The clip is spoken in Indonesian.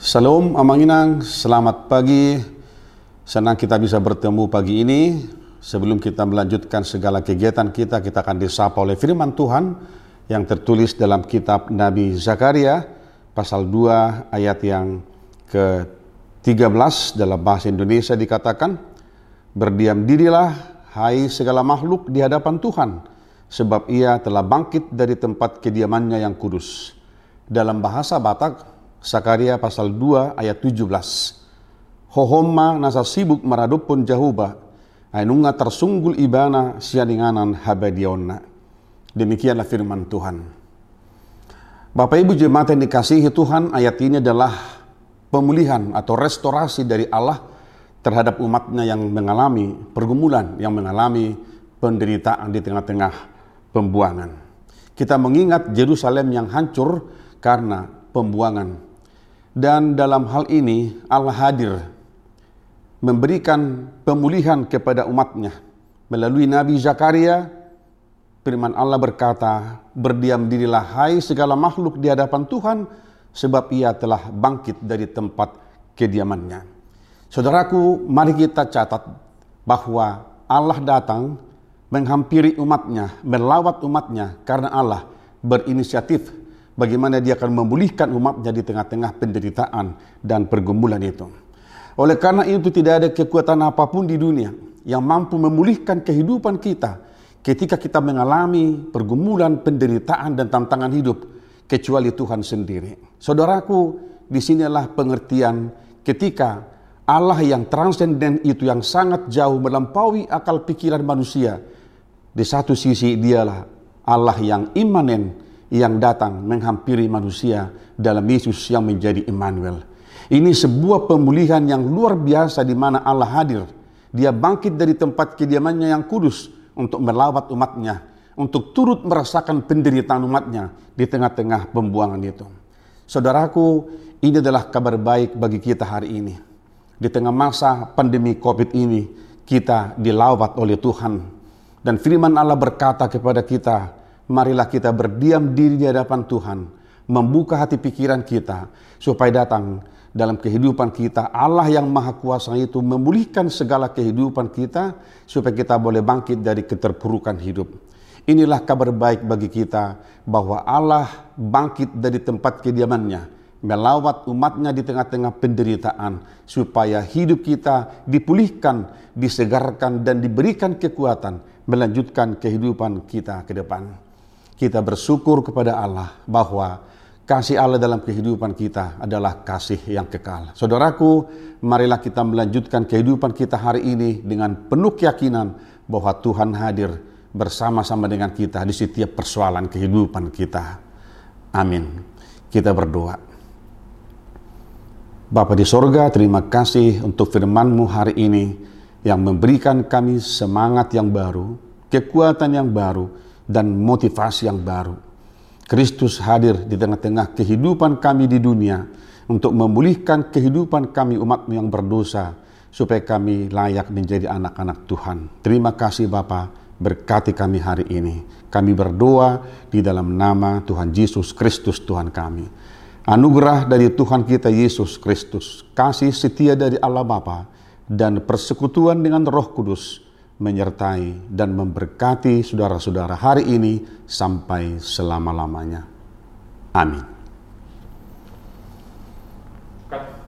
Salam Amanginang, selamat pagi. Senang kita bisa bertemu pagi ini. Sebelum kita melanjutkan segala kegiatan kita akan disapa oleh firman Tuhan yang tertulis dalam kitab Nabi Zakaria pasal 2 ayat yang ke-13 dalam bahasa Indonesia dikatakan, "Berdiam dirilah hai segala makhluk di hadapan Tuhan, sebab ia telah bangkit dari tempat kediamannya yang kudus." Dalam bahasa Batak, Zakaria pasal 2 ayat 17. Hohomma nasa sibuk maradopon jahuba, ainunga tersunggul ibana sianinganan habadionna. Demikianlah firman Tuhan. Bapak Ibu jemaat yang dikasihi Tuhan, ayat ini adalah pemulihan atau restorasi dari Allah terhadap umatnya yang mengalami pergumulan, yang mengalami penderitaan di tengah-tengah pembuangan. Kita mengingat Yerusalem yang hancur karena pembuangan. Dan dalam hal ini Allah hadir memberikan pemulihan kepada umatnya. Melalui Nabi Zakaria, firman Allah berkata, "Berdiam dirilah hai segala makhluk di hadapan Tuhan, sebab ia telah bangkit dari tempat kediamannya." Saudaraku, mari kita catat bahwa Allah datang menghampiri umatnya, melawat umatnya, karena Allah berinisiatif bagaimana dia akan memulihkan umatnya di tengah-tengah penderitaan dan pergumulan itu. Oleh karena itu tidak ada kekuatan apapun di dunia yang mampu memulihkan kehidupan kita ketika kita mengalami pergumulan, penderitaan dan tantangan hidup kecuali Tuhan sendiri. Saudaraku, disinilah pengertian ketika Allah yang transenden itu, yang sangat jauh melampaui akal pikiran manusia. Di satu sisi dialah Allah yang imanen, yang datang menghampiri manusia dalam Yesus yang menjadi Immanuel. Ini sebuah pemulihan yang luar biasa di mana Allah hadir. Dia bangkit dari tempat kediamannya yang kudus untuk melawat umatnya, untuk turut merasakan penderitaan umatnya di tengah-tengah pembuangan itu. Saudaraku, ini adalah kabar baik bagi kita hari ini. Di tengah masa pandemi COVID ini, kita dilawat oleh Tuhan. Dan firman Allah berkata kepada kita, marilah kita berdiam diri di hadapan Tuhan, membuka hati pikiran kita, supaya datang dalam kehidupan kita Allah yang Maha Kuasa itu memulihkan segala kehidupan kita, supaya kita boleh bangkit dari keterpurukan hidup. Inilah kabar baik bagi kita, bahwa Allah bangkit dari tempat kediamannya, melawat umatnya di tengah-tengah penderitaan, supaya hidup kita dipulihkan, disegarkan, dan diberikan kekuatan melanjutkan kehidupan kita ke depan. Kita bersyukur kepada Allah bahwa kasih Allah dalam kehidupan kita adalah kasih yang kekal. Saudaraku, marilah kita melanjutkan kehidupan kita hari ini dengan penuh keyakinan bahwa Tuhan hadir bersama-sama dengan kita di setiap persoalan kehidupan kita. Amin. Kita berdoa. Bapa di sorga, terima kasih untuk firman-Mu hari ini yang memberikan kami semangat yang baru, kekuatan yang baru, dan motivasi yang baru. Kristus hadir di tengah-tengah kehidupan kami di dunia untuk memulihkan kehidupan kami umat-Mu yang berdosa, supaya kami layak menjadi anak-anak Tuhan. Terima kasih Bapa, berkati kami hari ini. Kami berdoa di dalam nama Tuhan Yesus Kristus Tuhan kami. Anugerah dari Tuhan kita Yesus Kristus, kasih setia dari Allah Bapa, dan persekutuan dengan Roh Kudus menyertai dan memberkati saudara-saudara hari ini sampai selama-lamanya. Amin.